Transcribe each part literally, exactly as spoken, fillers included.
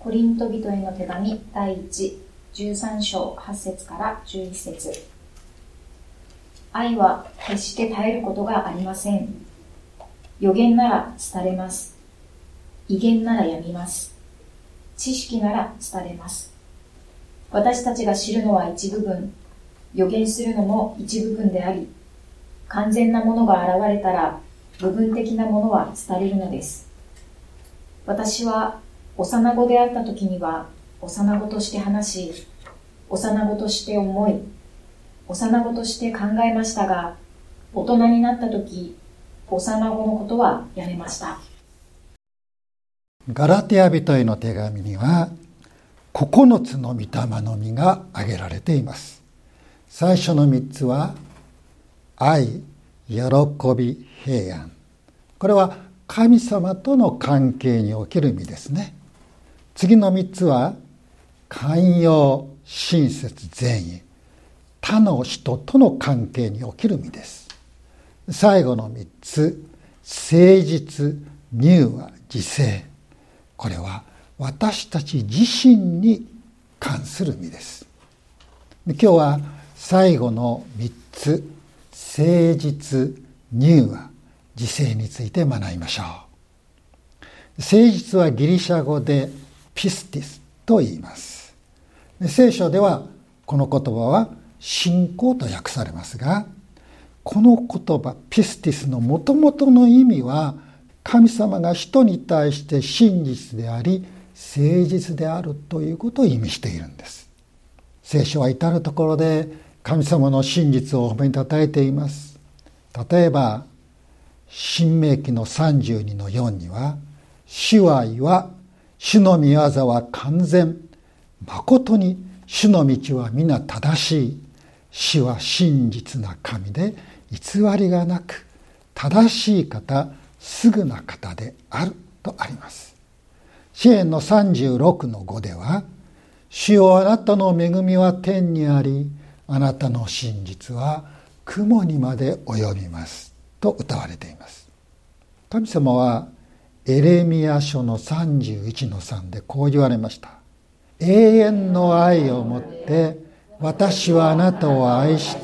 コリント人への手紙だいいち、じゅうさん章はち節からじゅういち節。愛は決して絶えることがありません。預言なら伝れます。異言ならやみます。知識なら伝れます。私たちが知るのは一部分、預言するのも一部分であり、完全なものが現れたら部分的なものは伝れるのです。私は幼子であった時には幼子として話し、幼子として思い、幼子として考えましたが、大人になった時、幼子のことはやめました。 ガラテヤ人への手紙にはここのつの御霊の実が挙げられています。最初のみっつは愛、喜び、平安。これは神様との関係における実ですね。次のみっつは寛容、親切、善意。他の人との関係における実です。最後のみっつ、誠実、柔和、自制。これは私たち自身に関する実です。で今日は最後のみっつ、誠実、柔和、自制について学びましょう。誠実はギリシャ語でピスティスと言います。聖書ではこの言葉は信仰と訳されますが、この言葉ピスティスのもともとの意味は、神様が人に対して真実であり誠実であるということを意味しているんです。聖書は至るところで神様の真実を褒めたたえています。例えば申命記のさんじゅうにのよんには、主は言わ、主の御業は完全、誠に主の道は皆正しい、主は真実な神で偽りがなく、正しい方、すぐな方であるとあります。詩編のさんじゅうろくのごでは、主よあなたの恵みは天にあり、あなたの真実は雲にまで及びますと歌われています。神様はエレミヤ書のさんじゅういちのさんでこう言われました。永遠の愛をもって私はあなたを愛した。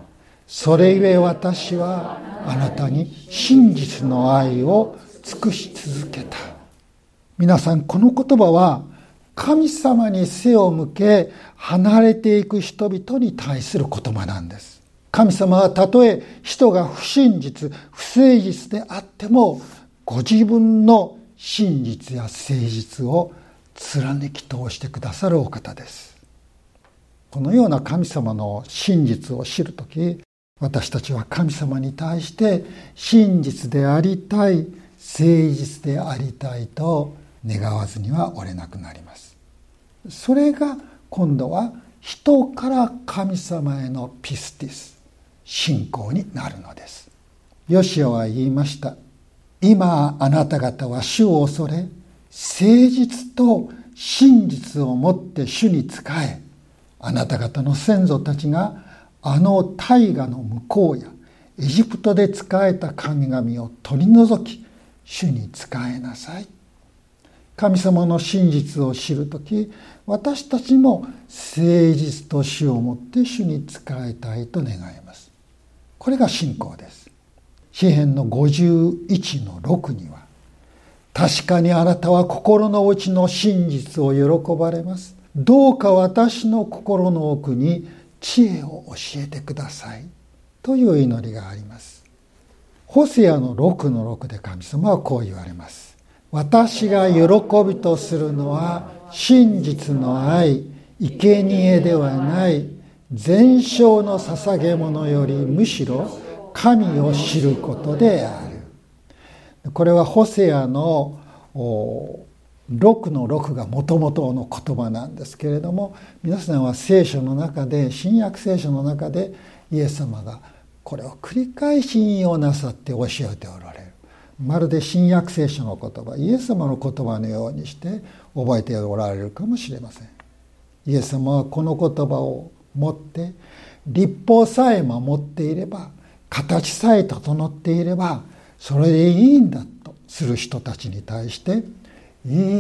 それゆえ私はあなたに真実の愛を尽くし続けた。皆さん、この言葉は神様に背を向け離れていく人々に対する言葉なんです。神様はたとえ人が不真実、不誠実であっても、ご自分の真実や誠実を貫き通してくださるお方です。このような神様の真実を知るとき、私たちは神様に対して真実でありたい、誠実でありたいと願わずにはおれなくなります。それが今度は人から神様へのピスティス、信仰になるのです。ヨシアは言いました。今あなた方は主を恐れ、誠実と真実をもって主に仕え、あなた方の先祖たちがあの大河の向こうやエジプトで仕えた神々を取り除き、主に仕えなさい。神様の真実を知るとき、私たちも誠実と主をもって主に仕えたいと願います。これが信仰です。詩編のごじゅういちのろくには、確かにあなたは心の内の真実を喜ばれます。どうか私の心の奥に知恵を教えてくださいという祈りがあります。ホセアのろくのろくで神様はこう言われます。私が喜びとするのは真実の愛、生贄ではない全焼の捧げ物よりむしろ神を知ることである。これはホセアのろくのろくがもともとの言葉なんですけれども、皆さんは聖書の中で、新約聖書の中でイエス様がこれを繰り返し引用なさって教えておられる。まるで新約聖書の言葉、イエス様の言葉のようにして覚えておられるかもしれません。イエス様はこの言葉を持って、律法さえ守っていれば、形さえ整っていればそれでいいんだとする人たちに対して、いいや、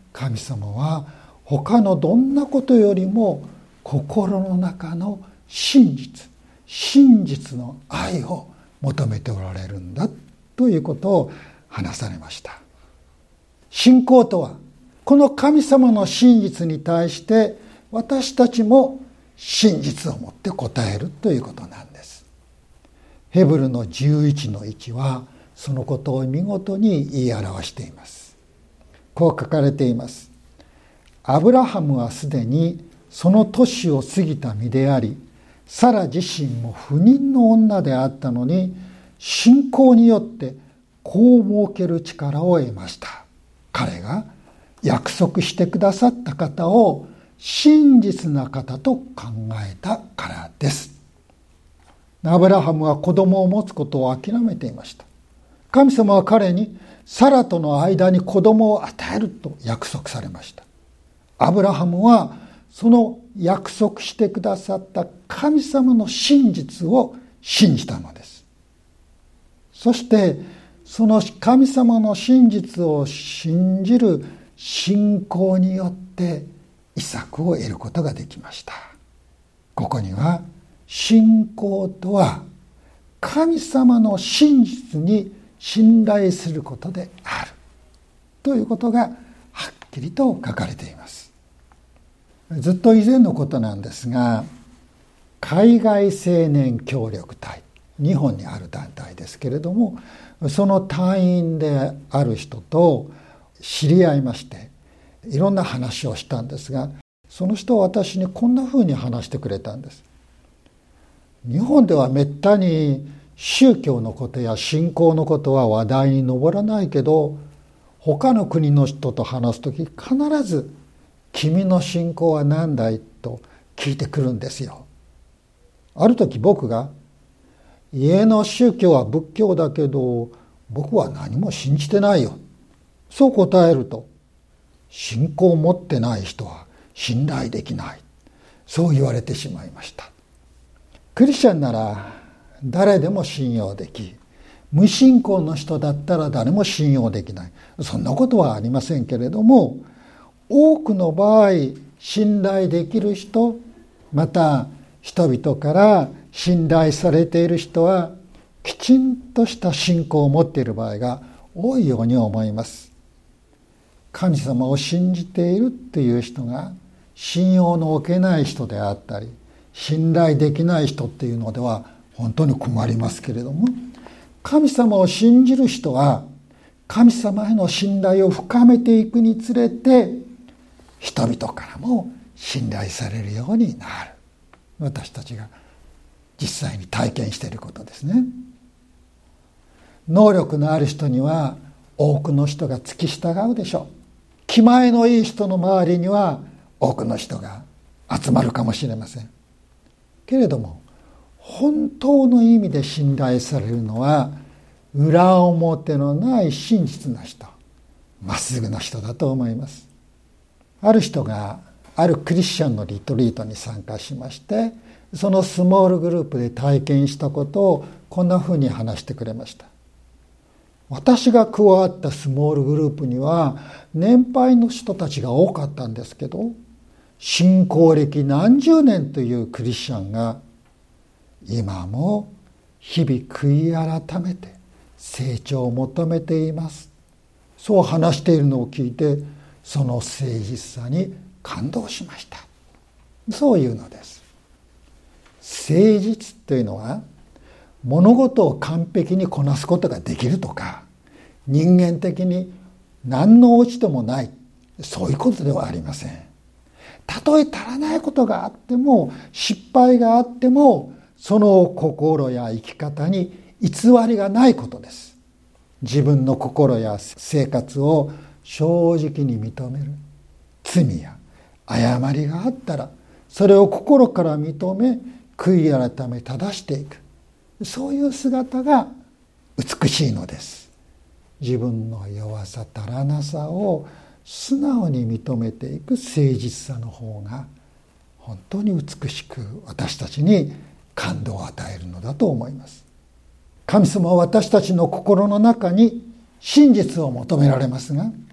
神様は他のどんなことよりも心の中の真実、真実の愛を求めておられるんだということを話されました。信仰とはこの神様の真実に対して私たちも真実を持って答えるということなんです。ヘブルのじゅういちのいちはそのことを見事に言い表しています。こう書かれています。アブラハムはすでにその年を過ぎた身であり、サラ自身も不妊の女であったのに、信仰によって子を設ける力を得ました。彼が約束してくださった方を真実な方と考えたからです。アブラハムは子供を持つことを諦めていました。神様は彼にサラとの間に子供を与えると約束されました。アブラハムはその約束してくださった神様の真実を信じたのです。そしてその神様の真実を信じる信仰によってイサクを得ることができました。ここには信仰とは神様の真実に信頼することであるということがはっきりと書かれています。ずっと以前のことなんですが、海外青年協力隊、日本にある団体ですけれども、その隊員である人と知り合いまして、いろんな話をしたんですが、その人は私にこんなふうに話してくれたんです。日本ではめったに宗教のことや信仰のことは話題に上らないけど、他の国の人と話すとき必ず君の信仰は何だいと聞いてくるんですよ。ある時僕が家の宗教は仏教だけど僕は何も信じてないよ、そう答えると、信仰を持ってない人は信頼できない、そう言われてしまいました。クリスチャンなら誰でも信用でき、無信仰の人だったら誰も信用できない、そんなことはありませんけれども、多くの場合信頼できる人、また人々から信頼されている人はきちんとした信仰を持っている場合が多いように思います。神様を信じているっていう人が信用の置けない人であったり、信頼できない人っていうのでは本当に困りますけれども、神様を信じる人は神様への信頼を深めていくにつれて人々からも信頼されるようになる。私たちが実際に体験していることですね。能力のある人には多くの人が付き従うでしょう。気前のいい人の周りには多くの人が集まるかもしれませんけれども、本当の意味で信頼されるのは裏表のない真実な人、まっすぐな人だと思います。ある人があるクリスチャンのリトリートに参加しまして、そのスモールグループで体験したことをこんなふうに話してくれました。私が加わったスモールグループには年配の人たちが多かったんですけど、信仰歴何十年というクリスチャンが今も日々悔い改めて成長を求めています、そう話しているのを聞いて、その誠実さに感動しました。そういうのです。誠実というのは物事を完璧にこなすことができるとか、人間的に何の落ち度もない、そういうことではありません。たとえ足らないことがあっても、失敗があっても、その心や生き方に偽りがないことです。自分の心や生活を正直に認める。罪や誤りがあったらそれを心から認め、悔い改め正していく、そういう姿が美しいのです。自分の弱さ足らなさを素直に認めていく誠実さの方が本当に美しく、私たちに感動を与えるのだと思います。神様は私たちの心の中に真実を求められますが、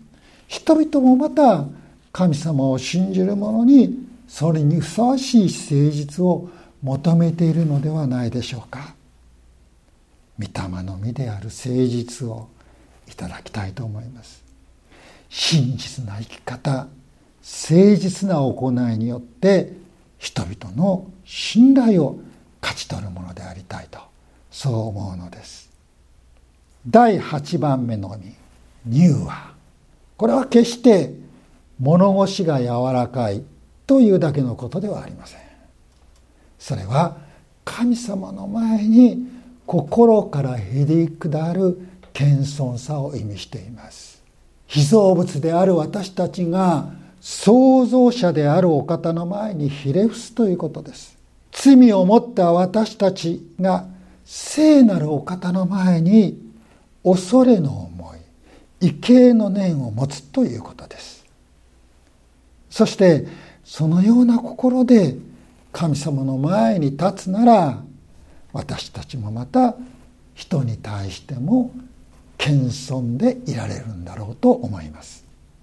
人々もまた神様を信じる者にそれにふさわしい誠実を求めているのではないでしょうか。御霊の実である誠実をいただきたいと思います。真実な生き方、誠実な行いによって人々の信頼を勝ち取るものでありたいと、そう思うのです。だいはちばんめの実、柔和。これは決して物腰が柔らかいというだけのことではありません。それは神様の前に心からへり下る謙遜さを意味しています。被造物である私たちが創造者であるお方の前にひれ伏すということです。罪を持った私たちが聖なるお方の前に恐れの思い、畏敬の念を持つということです。そしてそのような心で神様の前に立つなら、私たちもまた人に対しても謙遜でいられるんだろうと思います。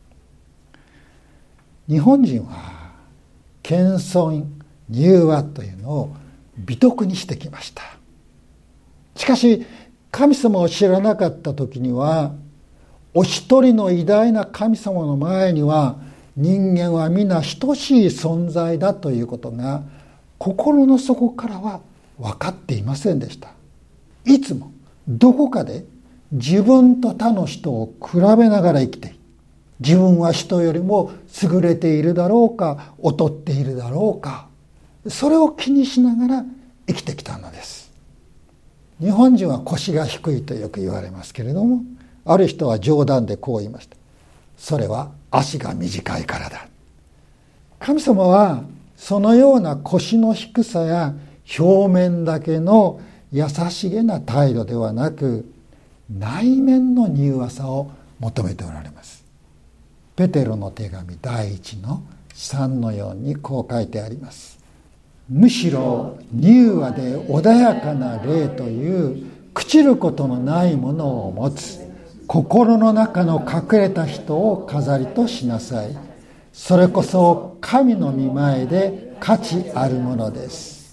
日本人は謙遜、柔和というのを美徳にしてきました。しかし神様を知らなかった時には、お一人の偉大な神様の前には人間は皆等しい存在だということが心の底からは分かっていませんでした。いつもどこかで自分と他の人を比べながら生きている。自分は人よりも優れているだろうか、劣っているだろうか、それを気にしながら生きてきたのです。日本人は腰が低いとよく言われますけれども、ある人は冗談でこう言いました。それは足が短いからだ。神様はそのような腰の低さや表面だけの優しげな態度ではなく、内面の柔和さを求めておられます。ペテロの手紙だいいちのさんのよんにこう書いてあります。むしろ柔和で穏やかな霊という朽ちることのないものを持つ心の中の隠れた人を飾りとしなさい。それこそ神の御前で価値あるものです。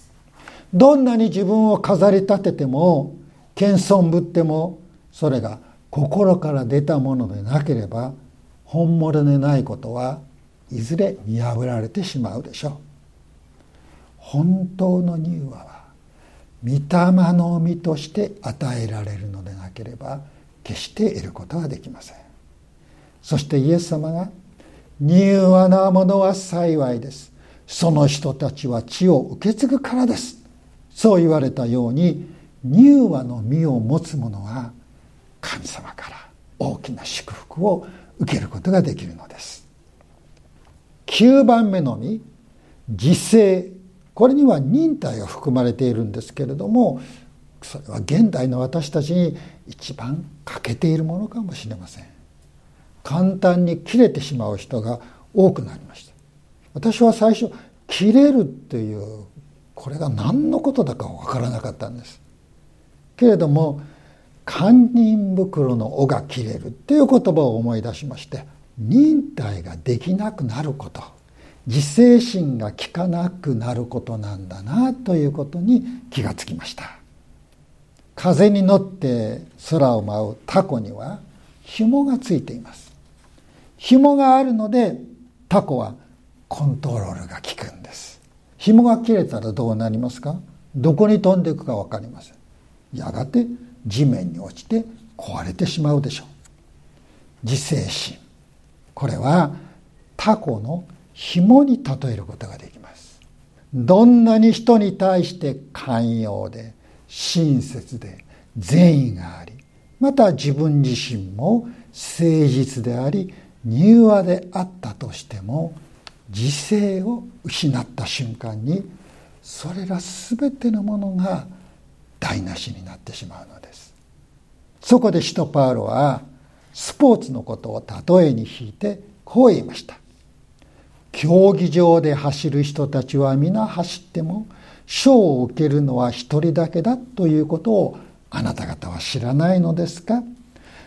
どんなに自分を飾り立てても謙遜ぶっても、それが心から出たものでなければ本物でないことはいずれ見破られてしまうでしょう。本当の柔和は御霊の実として与えられるのでなければ決して得ることはできません。そしてイエス様が柔和なものは幸いです、その人たちは地を受け継ぐからです、そう言われたように、柔和の実を持つ者は神様から大きな祝福を受けることができるのです。きゅうばんめの実、自制。これには忍耐が含まれているんですけれども、それは現代の私たちに一番欠けているものかもしれません。簡単に切れてしまう人が多くなりました。私は最初切れるっていうこれが何のことだか分からなかったんです。けれども堪忍袋の緒が切れるっていう言葉を思い出しまして、忍耐ができなくなること、自制心が効かなくなることなんだなということに気がつきました。風に乗って空を舞うタコには紐がついています。紐があるのでタコはコントロールが効くんです。紐が切れたらどうなりますか？どこに飛んでいくか分かりません。やがて地面に落ちて壊れてしまうでしょう。自制心、これはタコの紐に例えることができます。どんなに人に対して寛容で親切で善意があり、また自分自身も誠実であり柔和であったとしても、自制を失った瞬間にそれら全てのものが台無しになってしまうのです。そこで使徒パウロはスポーツのことを例えに引いてこう言いました。競技場で走る人たちは皆走っても賞を受けるのは一人だけだということをあなた方は知らないのですか？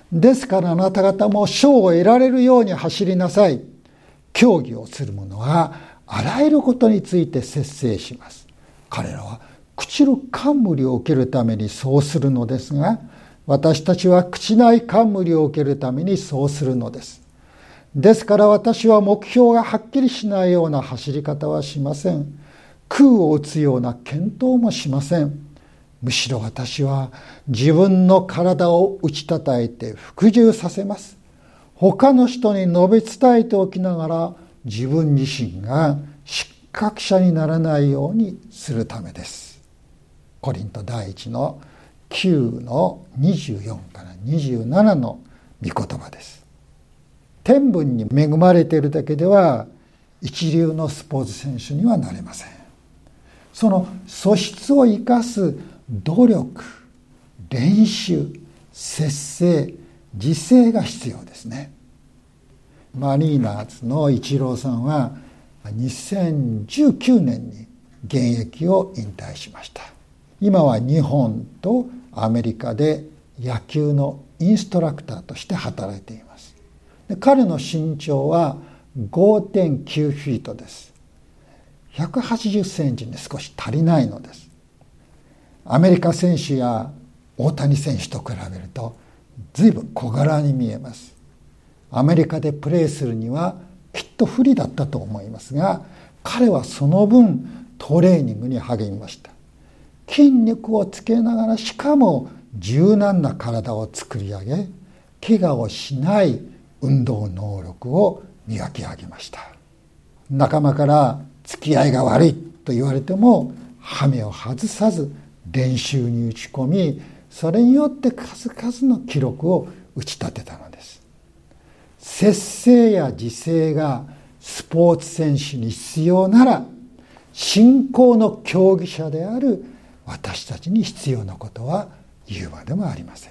ですからあなた方も賞を得られるように走りなさい。競技をする者はあらゆることについて節制します。彼らは朽ちる冠を受けるためにそうするのですが、私たちは朽ちない冠を受けるためにそうするのです。ですから私は目標がはっきりしないような走り方はしません。空を打つような健闘もしません。むしろ私は自分の体を打ち叩いて服従させます。他の人に述べ伝えておきながら自分自身が失格者にならないようにするためです。コリント第一のきゅうのにじゅうよんからにじゅうななの御言葉です。天分に恵まれているだけでは一流のスポーツ選手にはなれません。その素質を生かす努力、練習、節制、自制が必要ですね。マリーナーズのイチローさんはにせんじゅうきゅうねんに現役を引退しました。今は日本とアメリカで野球のインストラクターとして働いています。で、彼の身長は ごてんきゅう フィートです。ひゃくはちじゅっセンチに少し足りないのです。アメリカ選手や大谷選手と比べると随分小柄に見えます。アメリカでプレーするにはきっと不利だったと思いますが、彼はその分トレーニングに励みました。筋肉をつけながら、しかも柔軟な体を作り上げ、怪我をしない運動能力を磨き上げました。仲間から付き合いが悪いと言われても羽目を外さず練習に打ち込み、それによって数々の記録を打ち立てたのです。節制や自制がスポーツ選手に必要なら、信仰の競技者である私たちに必要なことは言うまでもありません。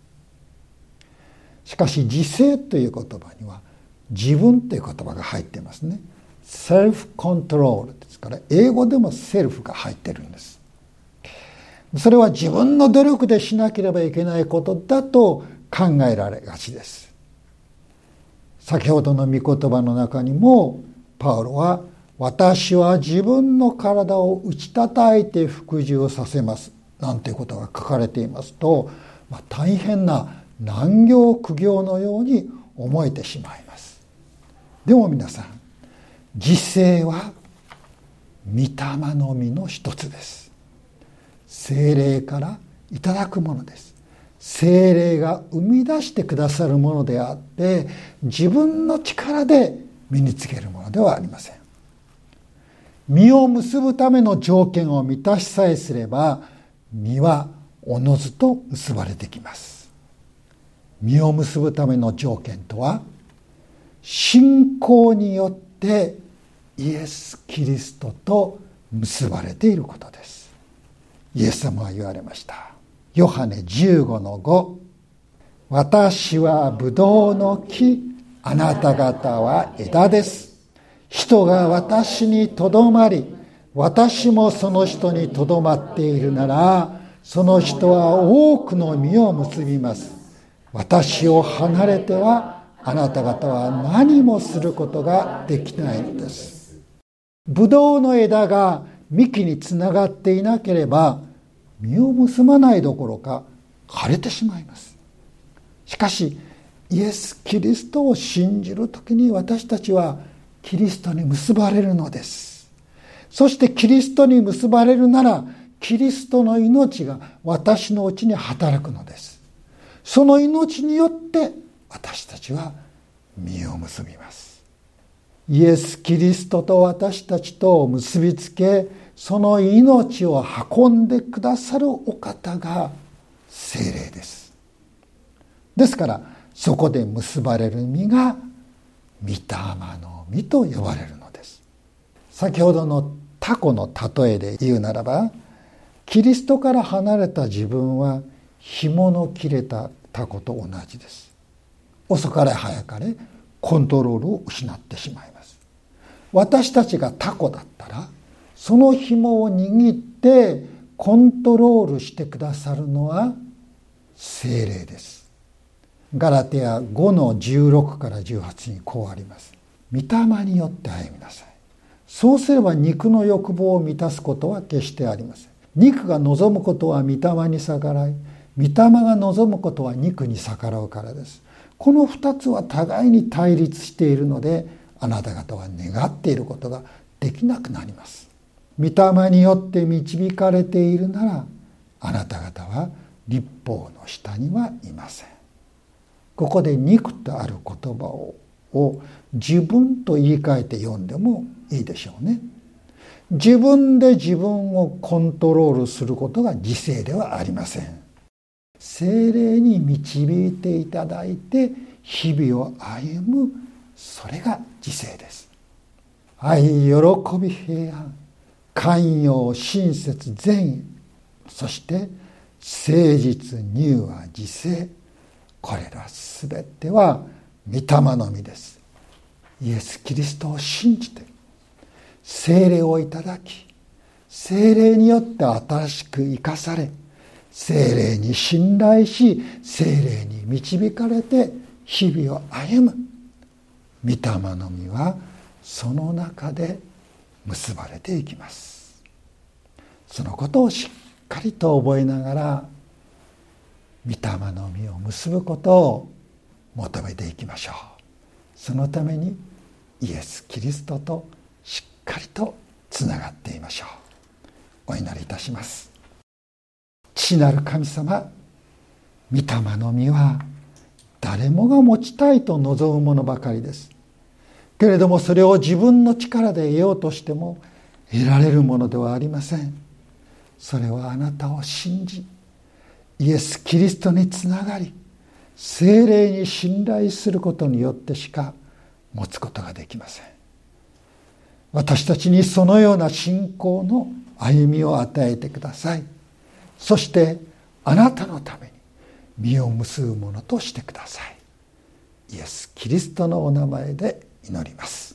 しかし自制という言葉には自分という言葉が入っていますね。セルフコントロールですから、英語でもセルフが入ってるんです。それは自分の努力でしなければいけないことだと考えられがちです。先ほどの御言葉の中にもパウロは、私は自分の体を打ち叩いて服従させますなんていうことが書かれていますと、まあ、大変な難行苦行のように思えてしまいます。でも皆さん、自制は御霊の実の一つです。聖霊からいただくものです。聖霊が生み出してくださるものであって、自分の力で身につけるものではありません。実を結ぶための条件を満たしさえすれば、実はおのずと結ばれてきます。実を結ぶための条件とは、信仰によってイエス・キリストと結ばれていることです。イエス様は言われました。ヨハネじゅうごのご、私はブドウの木、あなた方は枝です。人が私にとどまり、私もその人にとどまっているなら、その人は多くの実を結びます。私を離れては、あなた方は何もすることができないのです。ブドウの枝が幹につながっていなければ、実を結ばないどころか枯れてしまいます。しかしイエス・キリストを信じるときに、私たちはキリストに結ばれるのです。そしてキリストに結ばれるなら、キリストの命が私のうちに働くのです。その命によって私たちは実を結びます。イエス・キリストと私たちと結びつけ、その命を運んでくださるお方が聖霊です。ですからそこで結ばれる実が御霊の実と呼ばれるのです。先ほどのタコの例えで言うならば、キリストから離れた自分は紐の切れたタコと同じです。遅かれ早かれコントロールを失ってしまいます。私たちがタコだったら、その紐を握ってコントロールしてくださるのは聖霊です。 ガラテヤごのじゅうろくからじゅうはちにこうあります。御霊によって歩みなさい。そうすれば肉の欲望を満たすことは決してありません。肉が望むことは御霊に逆らい、御霊が望むことは肉に逆らうからです。この二つは互いに対立しているので、あなた方は願っていることができなくなります。御霊によって導かれているなら、あなた方は律法の下にはいません。ここで肉とある言葉をを自分と言い換えて読んでもいいでしょうね。自分で自分をコントロールすることが自制ではありません。聖霊に導いていただいて日々を歩む、それが自制です。愛、喜び、平安、寛容、親切、善意、そして誠実、柔和、自制、これらすべては御霊の実です。イエス・キリストを信じて聖霊をいただき、聖霊によって新しく生かされ、聖霊に信頼し、聖霊に導かれて日々を歩む。御霊の実はその中で結ばれていきます。そのことをしっかりと覚えながら、御霊の実を結ぶことを求めていきましょう。そのためにイエス・キリストとしっかりとつながっていましょう。お祈りいたします。父なる神様、御霊の実は誰もが持ちたいと望むものばかりです。けれどもそれを自分の力で得ようとしても得られるものではありません。それはあなたを信じ、イエス・キリストにつながり、聖霊に信頼することによってしか持つことができません。私たちにそのような信仰の歩みを与えてください。そしてあなたのために実を結ぶものとしてください。イエス・キリストのお名前で祈ります。